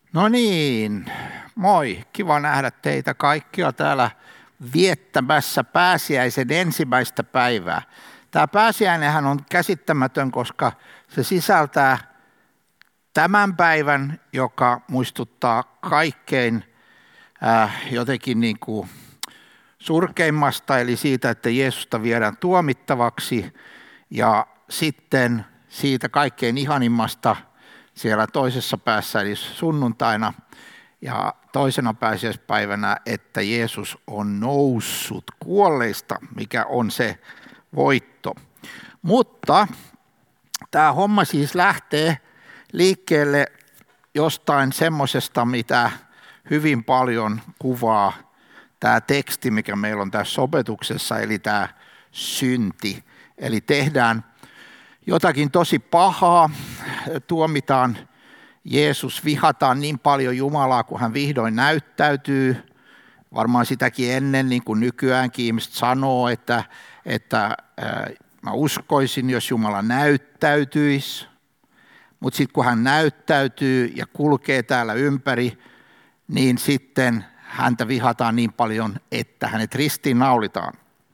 No niin, moi. Kiva nähdä teitä kaikkia täällä viettämässä pääsiäisen ensimmäistä päivää. Tämä pääsiäinenhän on käsittämätön, koska se sisältää tämän päivän, joka muistuttaa kaikkein jotenkin niin kuin surkeimmasta, eli siitä, että Jeesusta viedään tuomittavaksi, ja sitten siitä kaikkein ihanimmasta siellä toisessa päässä, eli sunnuntaina, ja toisena pääsiäispäivänä, että Jeesus on noussut kuolleista, mikä on se voitto. Mutta tämä homma siis lähtee liikkeelle jostain semmoisesta, mitä hyvin paljon kuvaa tämä teksti, mikä meillä on tässä opetuksessa, eli tämä synti. Eli tehdään jotakin tosi pahaa, tuomitaan Jeesus, vihataan niin paljon Jumalaa, kun hän vihdoin näyttäytyy. Varmaan sitäkin ennen, niin kuin nykyäänkin ihmiset sanoo, että mä uskoisin, jos Jumala näyttäytyisi. Mutta sitten kun hän näyttäytyy ja kulkee täällä ympäri, niin sitten häntä vihataan niin paljon, että hänet ristiinnaulitaan.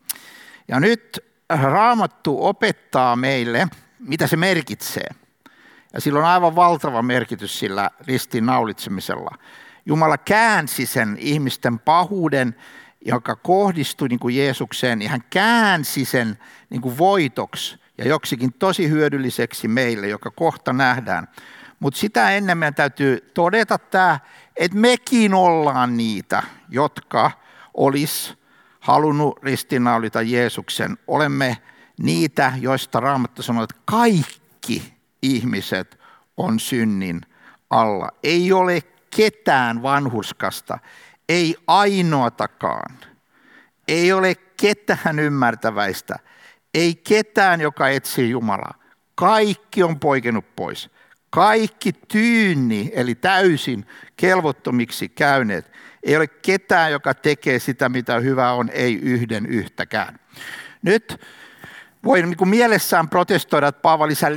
Ja nyt Raamattu opettaa meille, mitä se merkitsee. Ja sillä on aivan valtava merkitys sillä ristiinnaulitsemisella. Jumala käänsi sen ihmisten pahuuden, joka kohdistui niin kuin Jeesukseen, ja hän käänsi sen niin kuin voitoksi ja joksikin tosi hyödylliseksi meille, joka kohta nähdään. Mutta sitä ennen meidän täytyy todeta tämä, että mekin ollaan niitä, jotka olisi halunnut ristiinnaulita Jeesuksen. Olemme niitä, joista Raamattu sanoo, että kaikki ihmiset on synnin alla. Ei ole ketään vanhurskasta, ei ainoatakaan. Ei ole ketään ymmärtäväistä, ei ketään, joka etsii Jumalaa. Kaikki on poikennut pois. Kaikki tyynni, eli täysin kelvottomiksi käyneet. Ei ole ketään, joka tekee sitä, mitä hyvä on, ei yhden yhtäkään. Nyt voi niin kuin mielessään protestoida, että Paavali, sä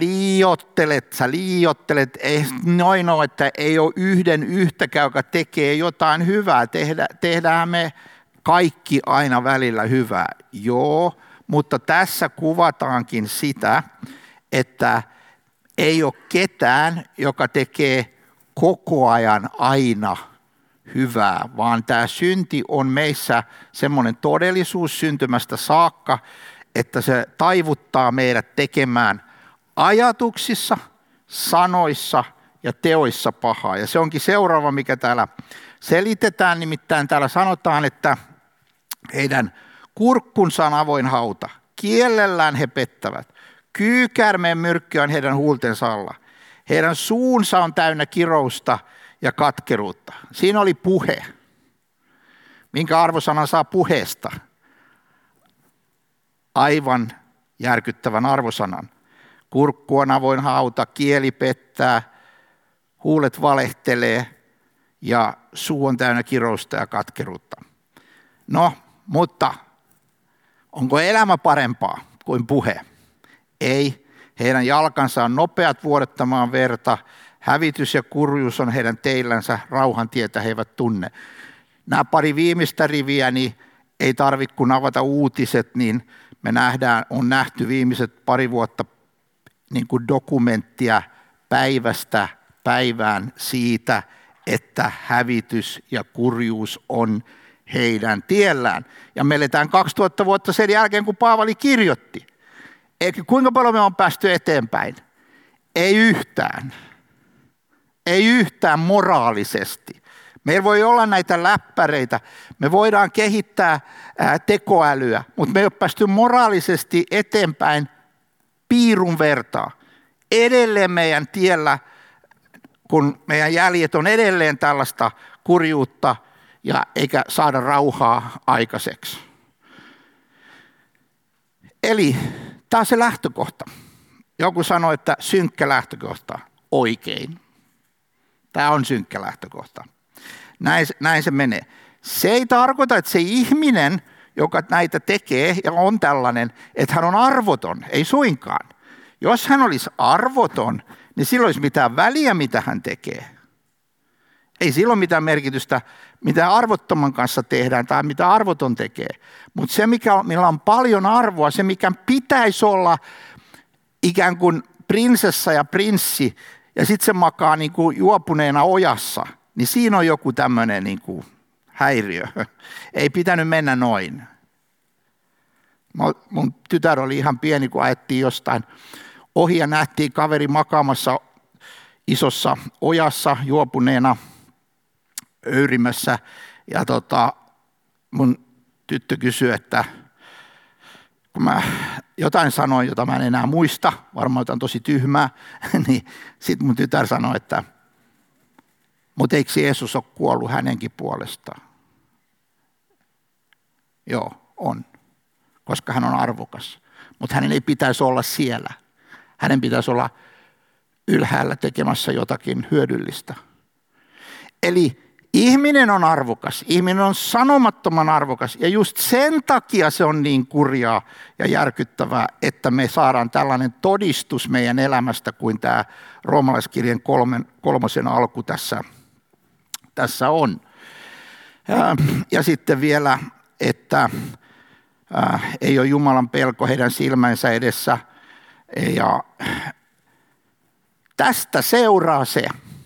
liiottelet, ei noin ole, että ei ole yhden yhtäkään, joka tekee jotain hyvää. Tehdään me kaikki aina välillä hyvää. Joo, mutta tässä kuvataankin sitä, että ei ole ketään, joka tekee koko ajan aina hyvää, vaan tämä synti on meissä semmoinen todellisuus syntymästä saakka, että se taivuttaa meidät tekemään ajatuksissa, sanoissa ja teoissa pahaa. Ja se onkin seuraava, mikä täällä selitetään, nimittäin täällä sanotaan, että heidän kurkkunsa on avoin hauta, kielellään he pettävät, kyykäärmeen myrkky on heidän huultensa alla, heidän suunsa on täynnä kirousta ja katkeruutta. Siinä oli puhe. Minkä arvosanan saa puheesta? Aivan järkyttävän arvosanan. Kurkku on avoin hauta, kieli pettää, huulet valehtelee ja suu on täynnä kirousta ja katkeruutta. No, mutta onko elämä parempaa kuin puhe? Ei. Heidän jalkansa on nopeat vuodattamaan verta, hävitys ja kurjuus on heidän teillänsä, rauhan tietä he eivät tunne. Nämä pari viimeistä riviä, niin ei tarvitse kun avata uutiset, niin me on nähty viimeiset pari vuotta niin kuin dokumenttia päivästä päivään siitä, että hävitys ja kurjuus on heidän tiellään. Ja me eletään 2000 vuotta sen jälkeen, kun Paavali kirjoitti. Eikö kuinka paljon me on päästy eteenpäin? Ei yhtään. Ei yhtään moraalisesti. Meillä voi olla näitä läppäreitä, me voidaan kehittää tekoälyä, mutta me ei ole päästy moraalisesti eteenpäin piirun vertaa. Edelleen meidän tiellä, kun meidän jäljet on edelleen tällaista kurjuutta ja eikä saada rauhaa aikaiseksi. Eli tämä on se lähtökohta. Joku sanoi, että synkkä lähtökohta. Oikein. Tämä on synkkä lähtökohta. Näin se menee. Se ei tarkoita, että se ihminen, joka näitä tekee ja on tällainen, että hän on arvoton. Ei suinkaan. Jos hän olisi arvoton, niin silloin olisi mitään väliä, mitä hän tekee. Ei sillä ole mitään merkitystä, mitä arvottoman kanssa tehdään tai mitä arvoton tekee. Mutta se, millä on paljon arvoa, se mikä pitäisi olla ikään kuin prinsessa ja prinssi, ja sitten se makaa niin kuin juopuneena ojassa, niin siinä on joku tämmöinen niin kuin häiriö. Ei pitänyt mennä noin. Mun tytär oli ihan pieni, kun ajettiin jostain ohi ja nähtiin kaveri makaamassa isossa ojassa juopuneena öyrimässä. Ja mun tyttö kysyi, että kun mä jotain sanoin, jota mä en enää muista, varmaan jotain tosi tyhmää, niin sitten mun tytär sanoi, että mutta eikö Jeesus ole kuollut hänenkin puolestaan? Joo, on, koska hän on arvokas. Mutta hänen ei pitäisi olla siellä. Hänen pitäisi olla ylhäällä tekemässä jotakin hyödyllistä. Eli ihminen on arvokas, ihminen on sanomattoman arvokas3 just sen takia se on niin kurjaa ja järkyttävää, että me saadaan tällainen todistus meidän elämästä kuin tämä roomalaiskirjan 3. alku tässä on. Ja sitten vielä, että ei ole Jumalan pelko heidän silmänsä edessä. Ja tästä seuraa se,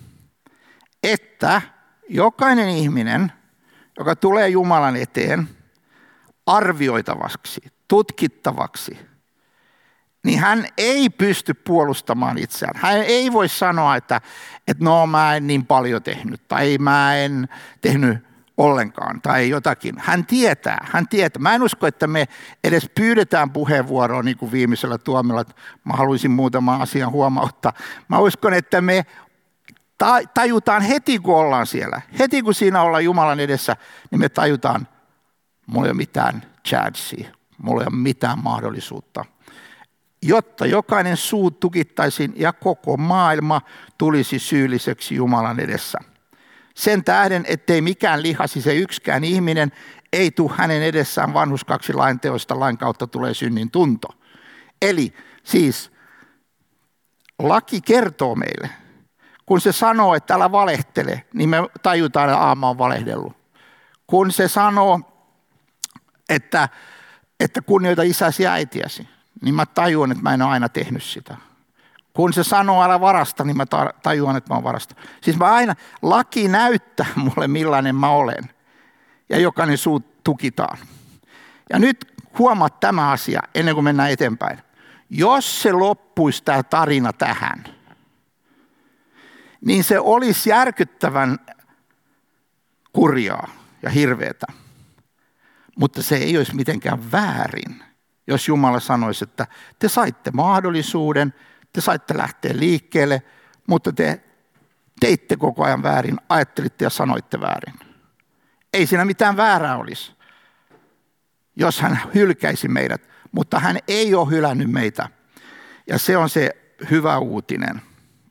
että jokainen ihminen, joka tulee Jumalan eteen arvioitavaksi, tutkittavaksi, niin hän ei pysty puolustamaan itseään. Hän ei voi sanoa, että no mä en niin paljon tehnyt tai mä en tehnyt ollenkaan tai jotakin. Hän tietää. Mä en usko, että me edes pyydetään puheenvuoroa niin kuin viimeisellä tuomilla, että mä haluaisin muutaman asian huomauttaa. Mä uskon, että me tajutaan heti, kun ollaan siellä. Heti, kun siinä ollaan Jumalan edessä, niin me tajutaan, mulla ei ole mitään chanssia, mulla ei ole mitään mahdollisuutta. Jotta jokainen suu tukittaisiin ja koko maailma tulisi syylliseksi Jumalan edessä. Sen tähden, ettei mikään lihasi se yksikään ihminen, ei tule hänen edessään vanhurskaksi lain teosta, lain kautta tulee synnin tunto. Eli siis laki kertoo meille, kun se sanoo, että älä valehtele, niin me tajutaan, että mä oon valehdellut. Kun se sanoo, että kunnioita isäsi ja äitiäsi, niin mä tajuan, että mä en ole aina tehnyt sitä. Kun se sanoo älä varasta, niin mä tajuan, että mä oon varastanut. Siis laki näyttää mulle millainen mä olen. Ja jokainen suu tukitaan. Ja nyt huomaat tämä asia ennen kuin mennään eteenpäin. Jos se loppuisi tämä tarina tähän, niin se olisi järkyttävän kurjaa ja hirveätä. Mutta se ei olisi mitenkään väärin, jos Jumala sanoisi, että te saitte mahdollisuuden, te saitte lähteä liikkeelle, mutta te teitte koko ajan väärin, ajattelitte ja sanoitte väärin. Ei siinä mitään väärää olisi, jos hän hylkäisi meidät, mutta hän ei ole hylännyt meitä. Ja se on se hyvä uutinen.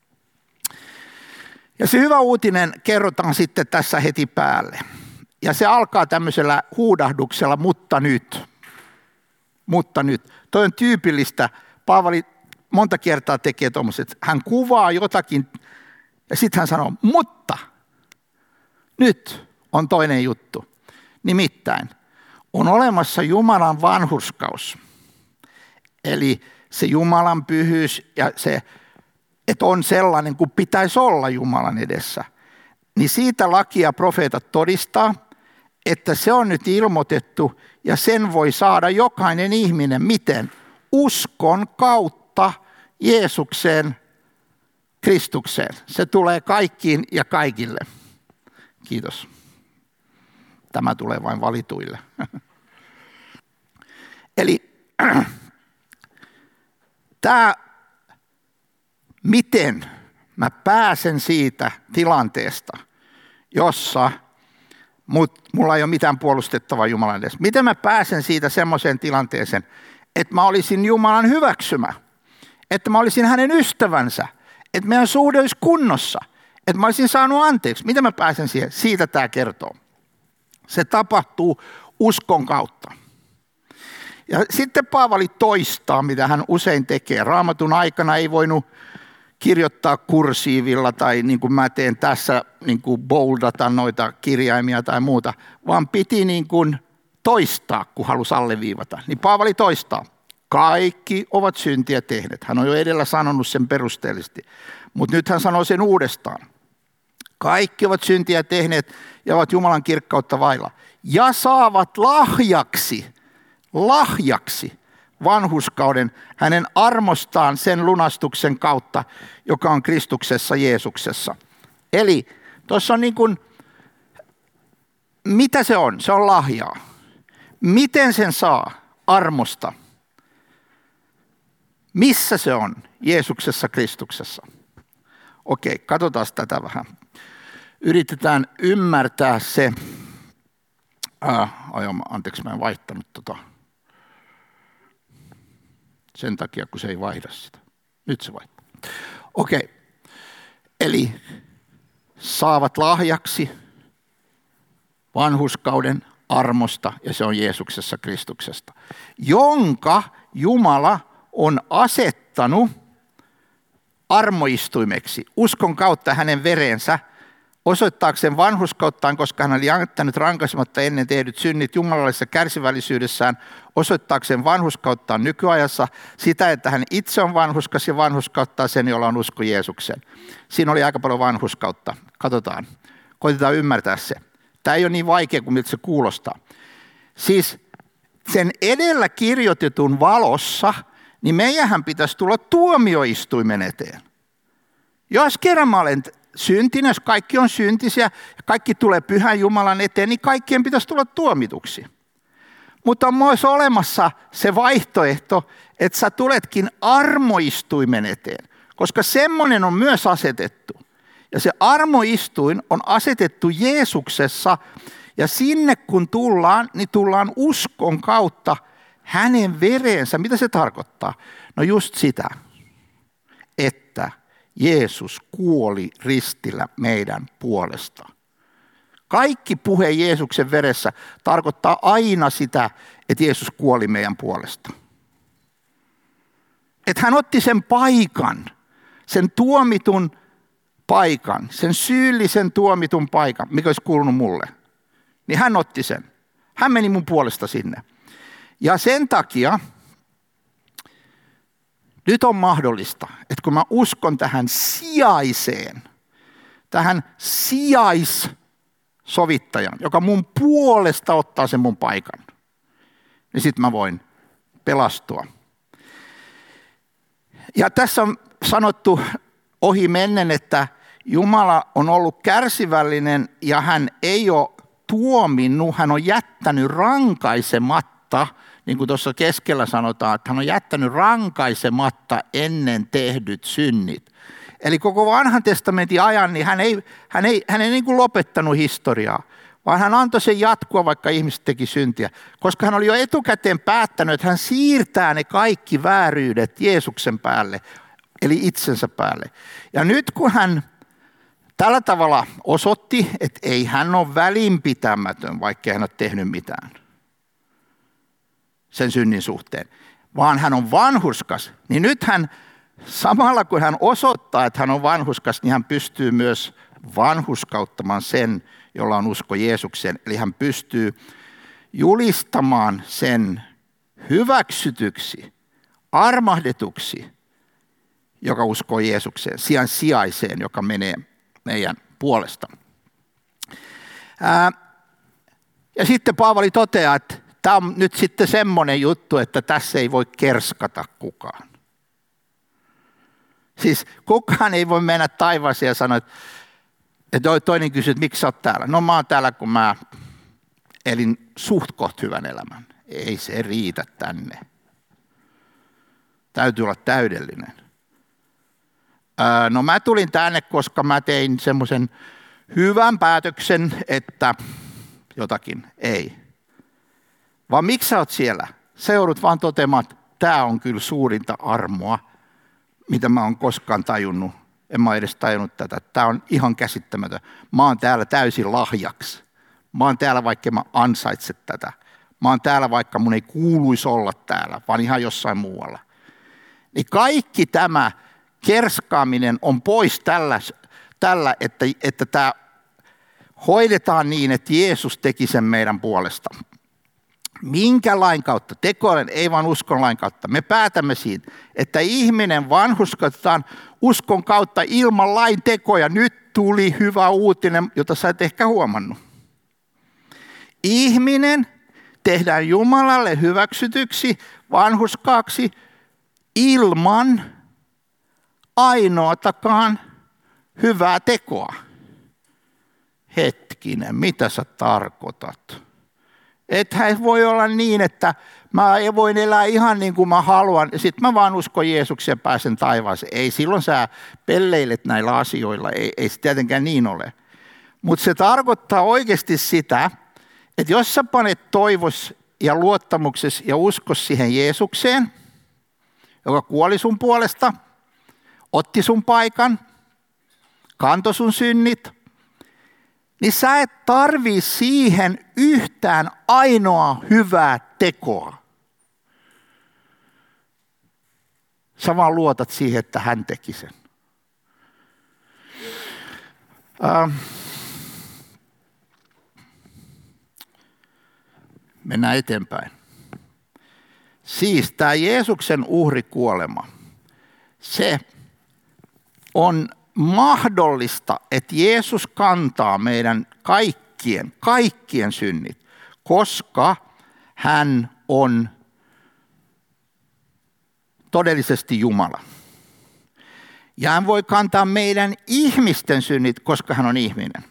Ja se hyvä uutinen kerrotaan sitten tässä heti päälle. Ja se alkaa tämmöisellä huudahduksella, mutta nyt. Mutta nyt. Toi on tyypillistä. Paavali monta kertaa tekee tuommoiset. Hän kuvaa jotakin ja sitten hän sanoo, mutta nyt on toinen juttu. Nimittäin on olemassa Jumalan vanhurskaus. Eli se Jumalan pyhyys ja se, että on sellainen kuin pitäisi olla Jumalan edessä. Niin siitä laki ja profeetat todistaa, että se on nyt ilmoitettu ja sen voi saada jokainen ihminen. Miten? Uskon kautta Jeesukseen, Kristukseen. Se tulee kaikkiin ja kaikille. Kiitos. Tämä tulee vain valituille. Eli tämä, miten mä pääsen siitä tilanteesta, jossa mulla ei ole mitään puolustettavaa Jumalan edessä. Miten mä pääsen siitä semmoiseen tilanteeseen, että mä olisin Jumalan hyväksymä, että mä olisin hänen ystävänsä, että meidän suhde olisi kunnossa, että mä olisin saanut anteeksi. Miten mä pääsen siihen? Siitä tämä kertoo. Se tapahtuu uskon kautta. Ja sitten Paavali toistaa, mitä hän usein tekee. Raamatun aikana ei voinut kirjoittaa kursiivilla tai niin kuin mä teen tässä niin kuin boldata noita kirjaimia tai muuta, vaan piti niin kuin toistaa, kun halusi alleviivata. Niin Paavali toistaa. Kaikki ovat syntiä tehneet. Hän on jo edellä sanonut sen perusteellisesti, mutta nyt hän sanoo sen uudestaan. Kaikki ovat syntiä tehneet ja ovat Jumalan kirkkautta vailla. Ja saavat lahjaksi vanhurskauden hänen armostaan sen lunastuksen kautta, joka on Kristuksessa Jeesuksessa. Eli tuossa on niin kuin, mitä se on? Se on lahjaa. Miten sen saa? Armosta. Missä se on? Jeesuksessa Kristuksessa. Okei, katsotaan tätä vähän. Yritetään ymmärtää se. Anteeksi, mä en vaihtanut sen takia, kun se ei vaihda sitä. Nyt se vaihtaa. Okei. Eli saavat lahjaksi vanhurskauden armosta, ja se on Jeesuksessa Kristuksesta, jonka Jumala on asettanut armoistuimeksi uskon kautta hänen verensä, osoittaakseen vanhurskauttaan, koska hän oli jättänyt rankaisematta ennen tehdyt synnit jumalallisessa kärsivällisyydessään, osoittaakseen vanhurskauttaan nykyajassa sitä, että hän itse on vanhurskas ja vanhurskauttaa sen, jolla on usko Jeesukseen. Siinä oli aika paljon vanhurskautta. Katsotaan. Koitetaan ymmärtää se. Tämä ei ole niin vaikea kuin miltä se kuulostaa. Siis sen edellä kirjoitetun valossa, niin meidänhän pitäisi tulla tuomioistuimen eteen. Jos kerran mä olen syntinen, jos kaikki on syntisiä ja kaikki tulee Pyhän Jumalan eteen, niin kaikkien pitäisi tulla tuomituksi. Mutta on myös olemassa se vaihtoehto, että sä tuletkin armoistuimen eteen, koska semmoinen on myös asetettu. Ja se armoistuin on asetettu Jeesuksessa, ja sinne kun tullaan, niin tullaan uskon kautta hänen vereensä. Mitä se tarkoittaa? No just sitä, että Jeesus kuoli ristillä meidän puolesta. Kaikki puhe Jeesuksen veressä tarkoittaa aina sitä, että Jeesus kuoli meidän puolesta. Että hän otti sen paikan, sen tuomitun paikan, sen syyllisen tuomitun paikan, mikä olisi kuulunut mulle. Niin hän otti sen. Hän meni mun puolesta sinne. Ja sen takia nyt on mahdollista, että kun mä uskon tähän sijaissovittajan, joka mun puolesta ottaa sen mun paikan, niin sit mä voin pelastua. Ja tässä on sanottu ohi mennen, että Jumala on ollut kärsivällinen ja hän ei ole tuominnut, hän on jättänyt rankaisematta, niin kuin tuossa keskellä sanotaan, että hän on jättänyt rankaisematta ennen tehdyt synnit. Eli koko vanhan testamentin ajan niin hän ei niin kuin lopettanut historiaa, vaan hän antoi sen jatkua, vaikka ihmiset teki syntiä. Koska hän oli jo etukäteen päättänyt, että hän siirtää ne kaikki vääryydet Jeesuksen päälle, eli itsensä päälle. Ja nyt kun hän tällä tavalla osoitti, että ei hän ole välinpitämätön, vaikka hän ole tehnyt mitään sen synnin suhteen, vaan hän on vanhurskas, niin nyt hän samalla kun hän osoittaa, että hän on vanhurskas, niin hän pystyy myös vanhurskauttamaan sen, jolla on usko Jeesukseen. Eli hän pystyy julistamaan sen hyväksytyksi, armahdetuksi, joka uskoo Jeesukseen, sijaiseen, joka menee meidän puolesta. Ja sitten Paavali toteaa, että tämä on nyt sitten semmoinen juttu, että tässä ei voi kerskata kukaan. Siis kukaan ei voi mennä taivaaseen ja sanoa, että toinen kysyy, että miksi sä oot täällä? No mä oon täällä, kun mä elin suht koht hyvän elämän. Ei se riitä tänne. Täytyy olla täydellinen. No mä tulin tänne, koska mä tein semmoisen hyvän päätöksen, että jotakin ei. Vaan miksi sä oot siellä? Sä joudut vaan toteamaan, että tää on kyllä suurinta armoa, mitä mä oon koskaan tajunnut. En mä edes tajunnut tätä. Tää on ihan käsittämätön. Mä oon täällä täysin lahjaksi. Mä oon täällä, vaikka mä ansaitse tätä. Mä oon täällä, vaikka mun ei kuuluisi olla täällä, vaan ihan jossain muualla. Niin kaikki tämä kerskaaminen on pois tällä että tämä hoidetaan niin, että Jeesus teki sen meidän puolesta. Minkä lain kautta? Tekojen, ei vaan uskon lain kautta. Me päätämme siitä, että ihminen vanhurskatetaan uskon kautta ilman lain tekoja. Nyt tuli hyvä uutinen, jota sä et ehkä huomannut. Ihminen tehdään Jumalalle hyväksytyksi, vanhurskaaksi, ilman ainoatakaan hyvää tekoa. Hetkinen, mitä sä tarkoitat? Ethän voi olla niin, että mä voin elää ihan niin kuin mä haluan, ja sitten mä vaan uskon Jeesuksen ja pääsen taivaaseen. Ei, silloin sä pelleilet näillä asioilla, ei se tietenkään niin ole. Mutta se tarkoittaa oikeasti sitä, että jos sä panet toivos ja luottamuksesi ja uskos siihen Jeesukseen, joka kuoli sun puolesta, otti sun paikan, kantoi sun synnit, niin sä et tarvii siihen yhtään ainoa hyvää tekoa. Sä vaan luotat siihen, että hän teki sen. Mennään eteenpäin. Siis tämä Jeesuksen uhrikuolema, se on mahdollista, että Jeesus kantaa meidän kaikkien synnit, koska hän on todellisesti Jumala. Ja hän voi kantaa meidän ihmisten synnit, koska hän on ihminen.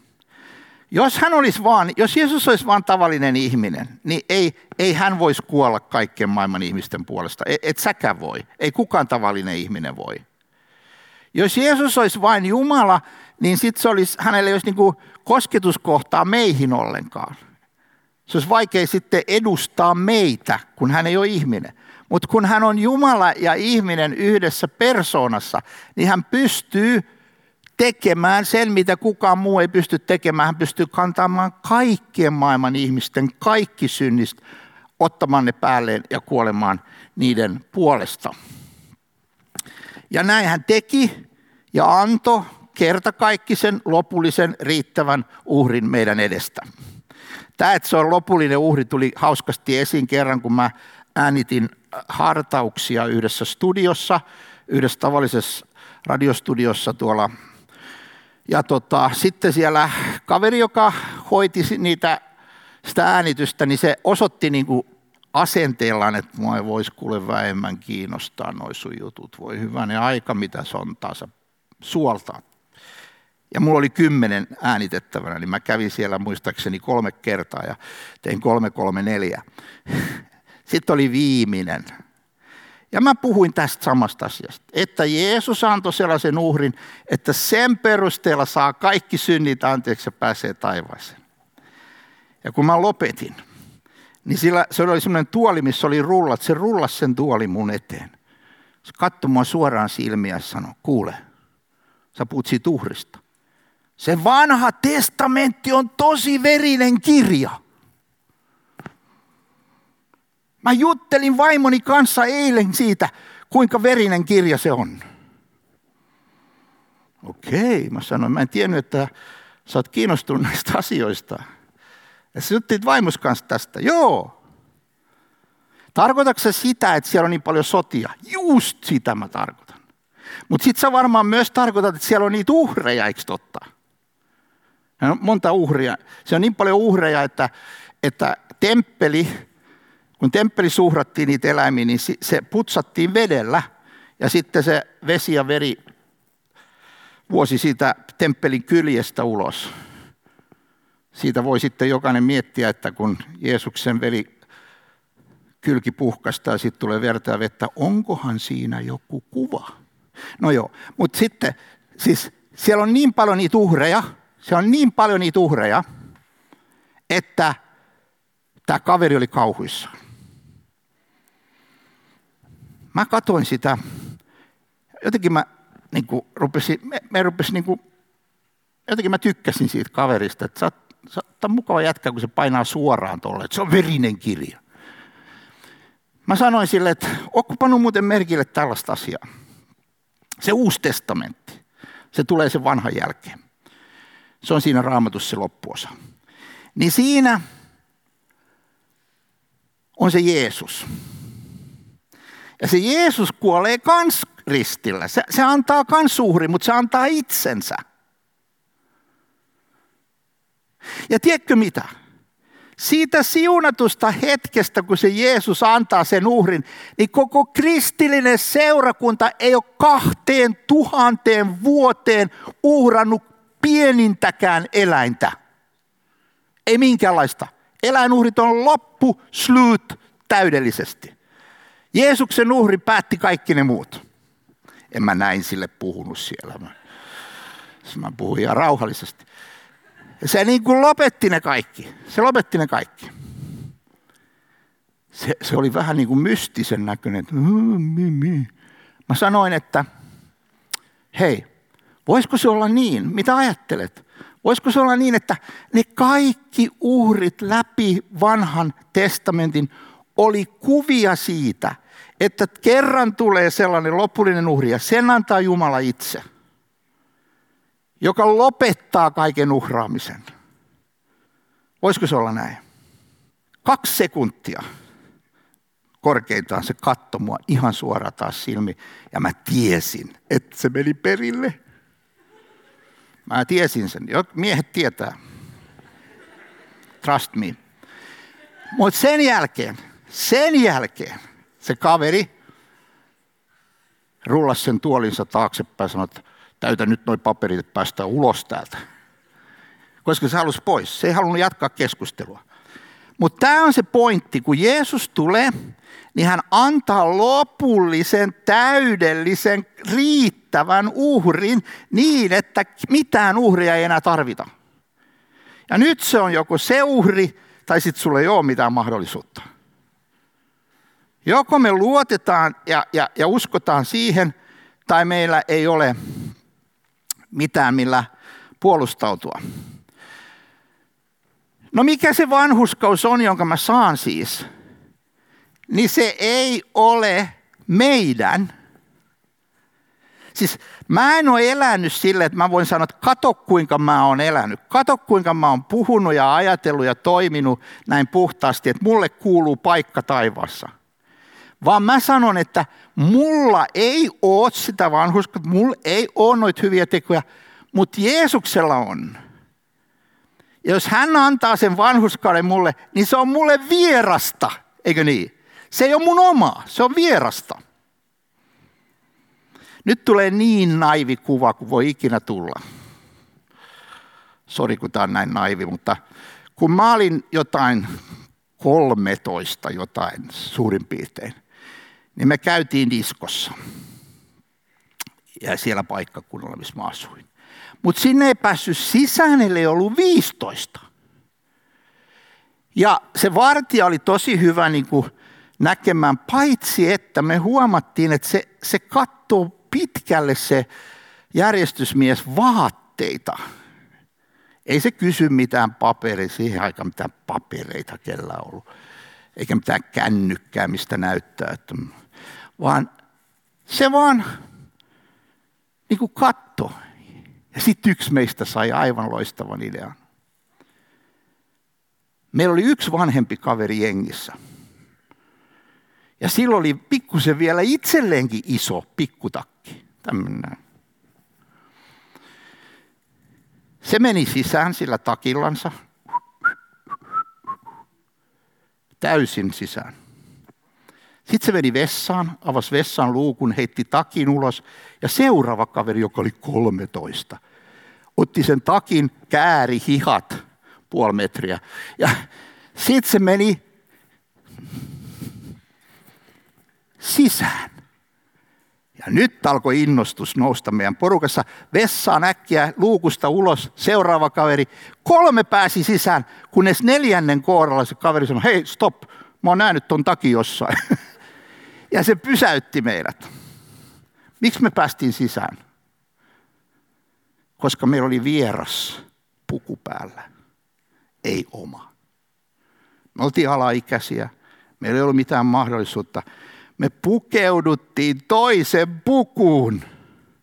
Jos Jeesus olisi vain tavallinen ihminen, niin ei hän voisi kuolla kaikkien maailman ihmisten puolesta. Et säkään voi. Ei kukaan tavallinen ihminen voi. Jos Jeesus olisi vain Jumala, niin sitten hänellä ei olisi niinku kosketuskohtaa meihin ollenkaan. Se olisi vaikea sitten edustaa meitä, kun hän ei ole ihminen. Mutta kun hän on Jumala ja ihminen yhdessä persoonassa, niin hän pystyy tekemään sen, mitä kukaan muu ei pysty tekemään. Hän pystyy kantamaan kaikkien maailman ihmisten kaikki synnistä, ottamaan ne päälleen ja kuolemaan niiden puolesta. Ja näin hän teki ja antoi kertakaikkisen lopullisen riittävän uhrin meidän edestä. Tämä, että se on lopullinen uhri, tuli hauskasti esiin kerran, kun mä äänitin hartauksia yhdessä tavallisessa radiostudiossa tuolla. Ja sitten siellä kaveri, joka hoiti sitä äänitystä, niin se osoitti niin kuin asenteellaan, että mua ei voisi kuule vähemmän kiinnostaa noi sun jutut. Voi hyvänen aika, mitä sontaa sä suoltaa. Ja mulla oli 10 äänitettävänä, niin mä kävin siellä muistaakseni 3 kertaa ja tein 334. Sitten oli viimeinen. Ja mä puhuin tästä samasta asiasta, että Jeesus antoi sellaisen uhrin, että sen perusteella saa kaikki synnit anteeksi ja pääsee taivaaseen. Ja kun mä lopetin, niin se oli semmoinen tuoli, missä oli rullat. Se rullasi sen tuoli mun eteen. Se katsoi mua suoraan silmiä ja sanoi, kuule, sä puhut siitä uhrista. Se vanha testamentti on tosi verinen kirja. Mä juttelin vaimoni kanssa eilen siitä, kuinka verinen kirja se on. Okei, mä sanoin, mä en tiennyt, että sä oot kiinnostunut näistä asioista. Ja sä juttelit vaimos kanssa tästä. Joo. Tarkoitatko sä sitä, että siellä on niin paljon sotia? Just sitä mä tarkoitan. Mutta sit sä varmaan myös tarkoitat, että siellä on niitä uhreja, eikö totta? Ja monta uhria. Se on niin paljon uhreja, että kun temppelissä uhrattiin niitä eläimiä, niin se putsattiin vedellä. Ja sitten se vesi ja veri vuosi siitä temppelin kyljestä ulos. Siitä voi sitten jokainen miettiä, että kun Jeesuksen veri kylki puhkasta ja sitten tulee verta ja vettä, onkohan siinä joku kuva? No joo, mutta sitten siis siellä on niin paljon niitä uhreja, että tämä kaveri oli kauhuissaan. Mä katsoin sitä, jotenkin mä jotenkin mä tykkäsin siitä kaverista, että sä oot mukava jätkä, kun se painaa suoraan tuolle, että se on verinen kirja. Mä sanoin sille, että ootko pannut muuten merkille tällaista asiaa, Se Uusi testamentti, se tulee sen vanhan jälkeen. Se on siinä Raamatussa se loppuosa. Niin siinä on se Jeesus. Ja se Jeesus kuolee kans ristillä. Se antaa kans uhrin, mutta se antaa itsensä. Ja tiedätkö mitä? Siitä siunatusta hetkestä, kun se Jeesus antaa sen uhrin, niin koko kristillinen seurakunta ei ole 2000 vuoteen uhrannut pienintäkään eläintä. Ei minkäänlaista. Eläinuhrit on loppu, slut, täydellisesti. Jeesuksen uhri päätti kaikki ne muut. En mä näin sille puhunut siellä. Mä puhuin ihan rauhallisesti. Se niin kuin lopetti ne kaikki. Se lopetti ne kaikki. Se oli vähän niin kuin mystisen näköinen. Mä sanoin, että hei, voisiko se olla niin? Mitä ajattelet? Voisiko se olla niin, että ne kaikki uhrit läpi vanhan testamentin oli kuvia siitä, että kerran tulee sellainen lopullinen uhri ja sen antaa Jumala itse, joka lopettaa kaiken uhraamisen. Voisiko se olla näin? 2 sekuntia korkeintaan se katsoi mua ihan suoraan taas silmiin ja mä tiesin, että se meni perille. Mä tiesin sen. Miehet tietää. Trust me. Mutta sen jälkeen se kaveri rullasi sen tuolinsa taaksepäin ja sanoi, että täytä nyt noi paperit, että päästään ulos täältä. Koska se halusi pois. Se ei halunnut jatkaa keskustelua. Mutta tämä on se pointti. Kun Jeesus tulee, niin hän antaa lopullisen, täydellisen, riittävän uhrin niin, että mitään uhria ei enää tarvita. Ja nyt se on joko se uhri, tai sitten sulla ei ole mitään mahdollisuutta. Joko me luotetaan ja uskotaan siihen, tai meillä ei ole mitään millä puolustautua. No mikä se vanhurskaus on, jonka mä saan siis? Niin se ei ole meidän. Siis mä en ole elänyt sille, että mä voin sanoa, että kato kuinka mä oon elänyt. Kato kuinka mä oon puhunut ja ajatellut ja toiminut näin puhtaasti, että mulle kuuluu paikka taivaassa. Vaan mä sanon, että mulla ei ole sitä vanhurskautta, mulla ei ole noita hyviä tekoja, mutta Jeesuksella on. Ja jos hän antaa sen vanhurskauden mulle, niin se on mulle vierasta, eikö niin? Se ei ole mun omaa, se on vierasta. Nyt tulee niin naivi kuva kuin voi ikinä tulla. Sori, kun tämä on näin naivi, mutta kun mä olin jotain 13 suurin piirtein, niin me käytiin diskossa. Ja siellä paikkakunnalla, missä mä asuin. Mutta sinne ei päässyt sisään, ellei ollut 15. Ja se vartija oli tosi hyvä niin kuin näkemään, paitsi että me huomattiin, että se katsoo pitkälle se järjestysmies vaatteita. Ei se kysy mitään papereita, siihen aikaan mitään papereita kellä on ollut. Eikä mitään kännykkää, mistä näyttää. Vaan se vaan niin kuin katsoi. Ja sitten yksi meistä sai aivan loistavan idean. Meillä oli yksi vanhempi kaveri jengissä. Ja sillä oli pikkusen vielä itselleenkin iso pikkutakki. Tämmöinen. Se meni sisään sillä takillansa. Täysin sisään. Sitten se meni vessaan, avasi vessan luukun, heitti takin ulos. Ja seuraava kaveri, joka oli 13, otti sen takin, kääri hihat 0,5 metriä. Ja sitten se meni sisään. Ja nyt alkoi innostus nousta meidän porukassa. Vessaan äkkiä, luukusta ulos, seuraava kaveri. 3 pääsi sisään, kunnes 4. kohdalla se kaveri sanoi, hei stop, mä oon nähnyt ton takin jossain. Ja se pysäytti meidät. Miksi me päästiin sisään? Koska meillä oli vieras puku päällä, ei oma. Me oltiin alaikäisiä, meillä ei ollut mitään mahdollisuutta. Me pukeuduttiin toisen pukuun.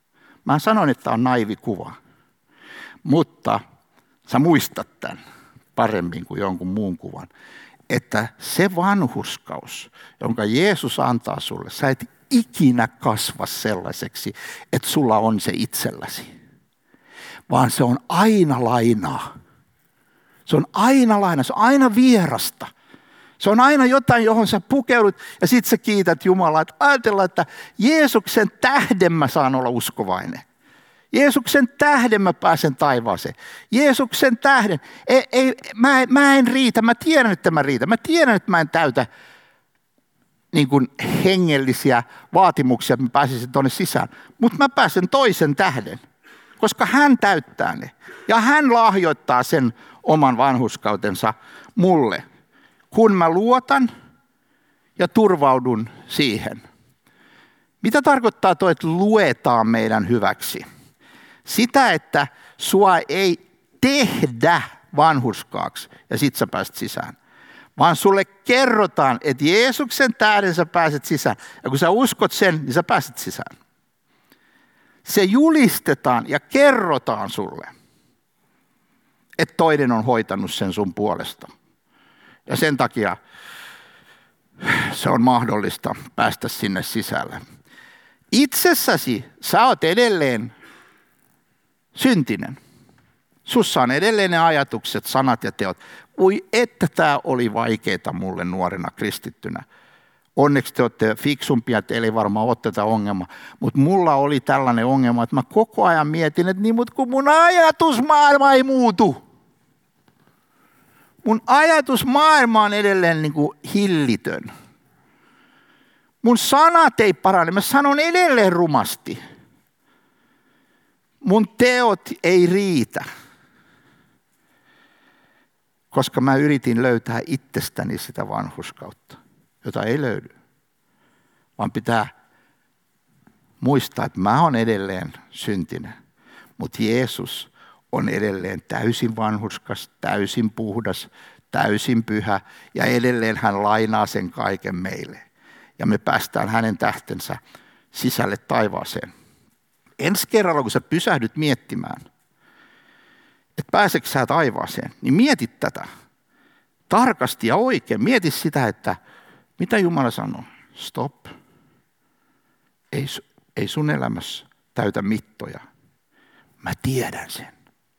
Mä sanoin, että tämä on naivi kuva, mutta sä muistat tämän paremmin kuin jonkun muun kuvan, että se vanhurskaus, jonka Jeesus antaa sulle, sä et ikinä kasva sellaiseksi, että sulla on se itselläsi, vaan se on aina lainaa. Se on aina lainaa, se on aina vierasta. Se on aina jotain, johon sä pukeudut ja sit sä kiität Jumalaa. Että ajatellaan, että Jeesuksen tähden mä saan olla uskovainen. Jeesuksen tähden mä pääsen taivaaseen. Jeesuksen tähden. Mä en riitä. Mä tiedän, että mä riitän. Mä tiedän, että mä en täytä niin kuin hengellisiä vaatimuksia, että mä pääsisin tuonne sisään. Mutta mä pääsen toisen tähden, koska hän täyttää ne. Ja hän lahjoittaa sen oman vanhurskautensa mulle, kun mä luotan ja turvaudun siihen. Mitä tarkoittaa tuo, että luetaan meidän hyväksi? Sitä, että sua ei tehdä vanhurskaaksi ja sit sä pääset sisään. Vaan sulle kerrotaan, että Jeesuksen tähden sä pääset sisään. Ja kun sä uskot sen, niin sä pääset sisään. Se julistetaan ja kerrotaan sulle, että toinen on hoitanut sen sun puolesta. Ja sen takia se on mahdollista päästä sinne sisälle. Itsessäsi sä oot edelleen syntinen. Sussa on edelleen ne ajatukset, sanat ja teot. Voi että tämä oli vaikeaa mulle nuorena kristittynä. Onneksi te olette fiksumpia, teillä ei varmaan ole tätä ongelmaa. Mutta mulla oli tällainen ongelma, että mä koko ajan mietin, että niin, mutta kun mun ajatusmaailma ei muutu. Mun ajatusmaailma on edelleen niin kuin hillitön. Mun sanat ei parane, mä sanon edelleen rumasti. Mun teot ei riitä, koska mä yritin löytää itsestäni sitä vanhurskautta, jota ei löydy. Vaan pitää muistaa, että mä oon edelleen syntinen, mutta Jeesus on edelleen täysin vanhurskas, täysin puhdas, täysin pyhä ja edelleen hän lainaa sen kaiken meille. Ja me päästään hänen tähtensä sisälle taivaaseen. Ensi kerralla, kun sä pysähdyt miettimään, että pääseekö sä taivaaseen, niin mietit tätä tarkasti ja oikein. Mieti sitä, että mitä Jumala sanoo. Stop. Ei sun elämässä täytä mittoja. Mä tiedän sen.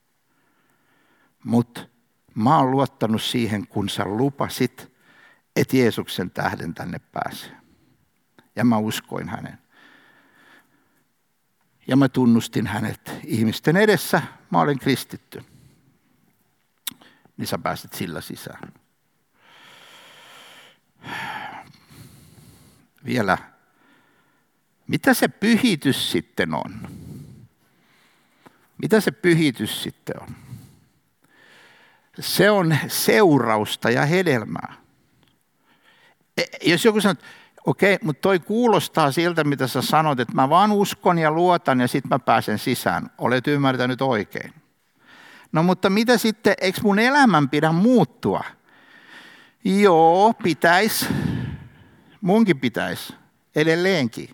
Mutta mä oon luottanut siihen, kun sä lupasit, että Jeesuksen tähden tänne pääsee. Ja mä uskoin hänen. Ja mä tunnustin hänet ihmisten edessä. Mä olen kristitty. Niin sä pääset sillä sisään. Vielä. Mitä se pyhitys sitten on? Mitä se pyhitys sitten on? Se on seurausta ja hedelmää. Jos joku sanoo, että okei, mutta toi kuulostaa siltä, mitä sä sanot, että mä vaan uskon ja luotan ja sitten mä pääsen sisään. Olet ymmärtänyt oikein. No mutta mitä sitten, eikö mun elämän pidä muuttua? Joo, pitäisi. Munkin pitäisi. Edelleenkin.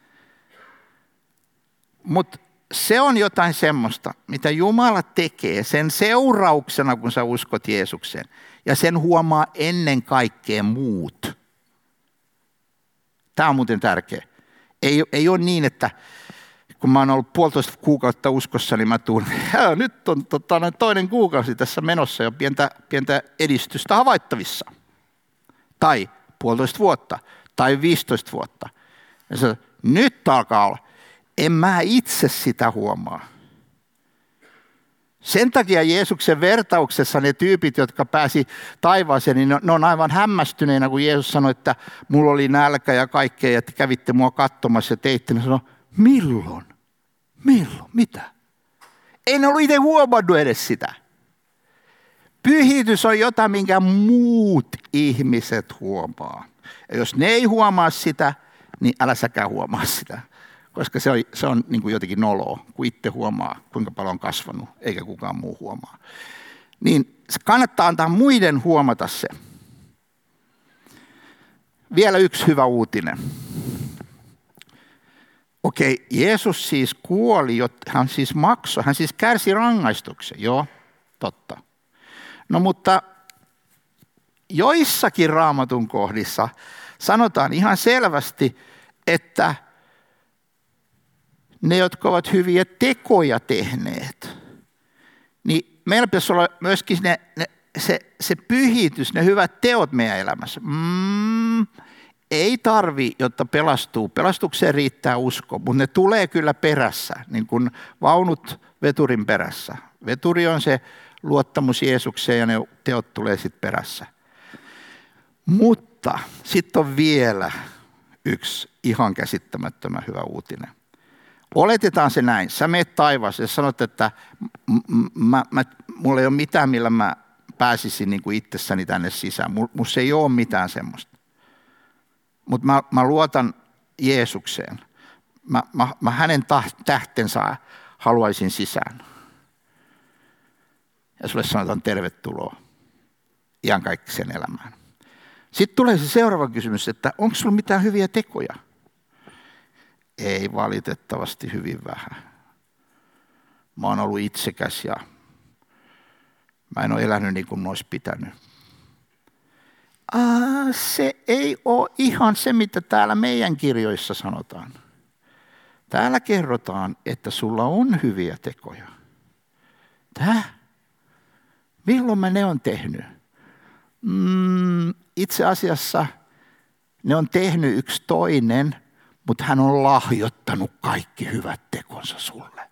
Mutta se on jotain semmoista, mitä Jumala tekee sen seurauksena, kun sä uskot Jeesukseen. Ja sen huomaa ennen kaikkea muut. Tämä on muuten tärkeä. Ei ole niin, että kun mä oon ollut 1,5 kuukautta uskossa, niin mä tuun, nyt on toinen kuukausi tässä menossa jo pientä edistystä havaittavissa. Tai 1,5 vuotta, tai 15 vuotta. Ja se, nyt alkaa olla. En mä itse sitä huomaa. Sen takia Jeesuksen vertauksessa ne tyypit, jotka pääsi taivaaseen, niin ne on aivan hämmästyneinä, kun Jeesus sanoi, että mulla oli nälkä ja kaikkea, ja te kävitte mua katsomassa ja teitte. Ne sanoi, milloin? Milloin? Mitä? En ollut itse huomannut edes sitä. Pyhitys on jotain, minkä muut ihmiset huomaa. Ja jos ne ei huomaa sitä, niin älä säkään huomaa sitä. Koska se on niin kuin jotenkin noloa, kun itse huomaa, kuinka paljon on kasvanut, eikä kukaan muu huomaa. Niin kannattaa antaa muiden huomata se. Vielä yksi hyvä uutinen. Okei, Jeesus siis kuoli, hän siis maksoi, hän siis kärsi rangaistuksen, joo, totta. No mutta joissakin Raamatun kohdissa sanotaan ihan selvästi, että ne, jotka ovat hyviä tekoja tehneet, niin meillä pitäisi olla myöskin se pyhitys, ne hyvät teot meidän elämässä. Ei tarvi, jotta pelastuu. Pelastukseen riittää usko, mutta ne tulee kyllä perässä, niin kuin vaunut veturin perässä. Veturi on se luottamus Jeesukseen ja ne teot tulee sitten perässä. Mutta sitten on vielä yksi ihan käsittämättömän hyvä uutinen. Oletetaan se näin. Sä meet taivaaseen ja sanot, että mulla ei ole mitään, millä mä pääsisin niin kuin itsessäni tänne sisään. Musta ei ole mitään semmoista. Mutta mä luotan Jeesukseen. Mä hänen tähtensä haluaisin sisään. Ja sulle sanotaan tervetuloa iankaikkiseen elämään. Sitten tulee se seuraava kysymys, että onko sulla mitään hyviä tekoja? Ei valitettavasti hyvin vähän. Mä oon ollut itsekäs ja mä en ole elänyt niin kuin olisi pitänyt. Se ei ole ihan se, mitä täällä meidän kirjoissa sanotaan. Täällä kerrotaan, että sulla on hyviä tekoja. Milloin mä ne on tehnyt? Itse asiassa ne on tehnyt yksi toinen, mutta hän on lahjoittanut kaikki hyvät tekonsa sulle.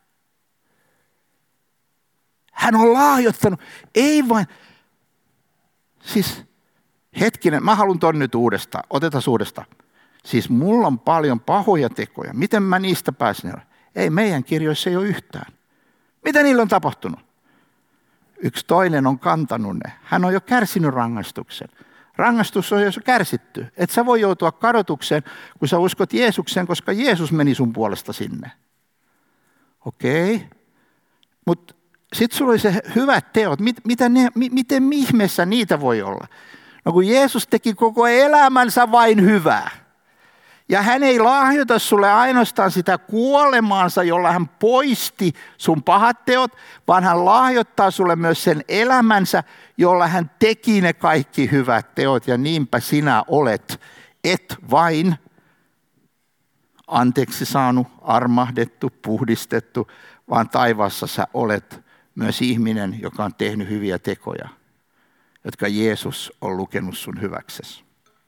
Hän on lahjoittanut, ei vain, siis hetkinen, mä haluan ton nyt uudestaan, otetaan uudestaan. Siis mulla on paljon pahoja tekoja, miten mä niistä pääsin? Ei, meidän kirjoissa ei ole yhtään. Mitä niillä on tapahtunut? Yksi toinen on kantanut ne. Hän on jo kärsinyt rangaistuksen. Rangaistus on jo kärsitty. Et sä voi joutua kadotukseen, kun sä uskot Jeesukseen, koska Jeesus meni sun puolesta sinne. Okei. Mutta sitten sulla oli se hyvät teot. Miten ihmeessä niitä voi olla? No kun Jeesus teki koko elämänsä vain hyvää. Ja hän ei lahjoita sulle ainoastaan sitä kuolemaansa, jolla hän poisti sun pahat teot, vaan hän lahjoittaa sulle myös sen elämänsä, jolla hän teki ne kaikki hyvät teot. Ja niinpä sinä olet, et vain anteeksi saanut, armahdettu, puhdistettu, vaan taivaassa sä olet myös ihminen, joka on tehnyt hyviä tekoja, jotka Jeesus on lukenut sun hyväksesi.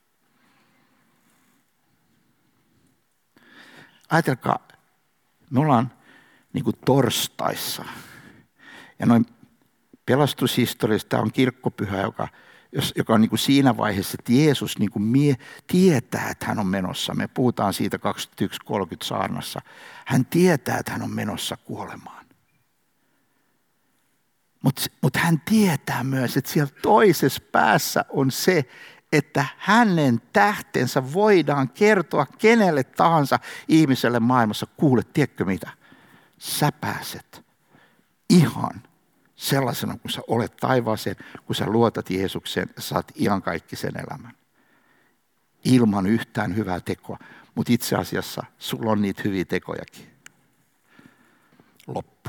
Ajatelkaa, me ollaan niin kuin torstaissa. Ja noin pelastushistoriasta on kirkkopyhä, joka on niin kuin siinä vaiheessa, että Jeesus niin kuin tietää, että hän on menossa. Me puhutaan siitä 21.30 saarnassa. Hän tietää, että hän on menossa kuolemaan. Mutta hän tietää myös, että siellä toisessa päässä on se, että hänen tähtensä voidaan kertoa kenelle tahansa ihmiselle maailmassa. Kuule, tiedätkö mitä? Sä pääset ihan sellaisena, kun sä olet taivaaseen, kun sä luotat Jeesukseen, saat iankaikkisen elämän. Ilman yhtään hyvää tekoa, mutta itse asiassa sulla on niitä hyviä tekojakin. Loppu.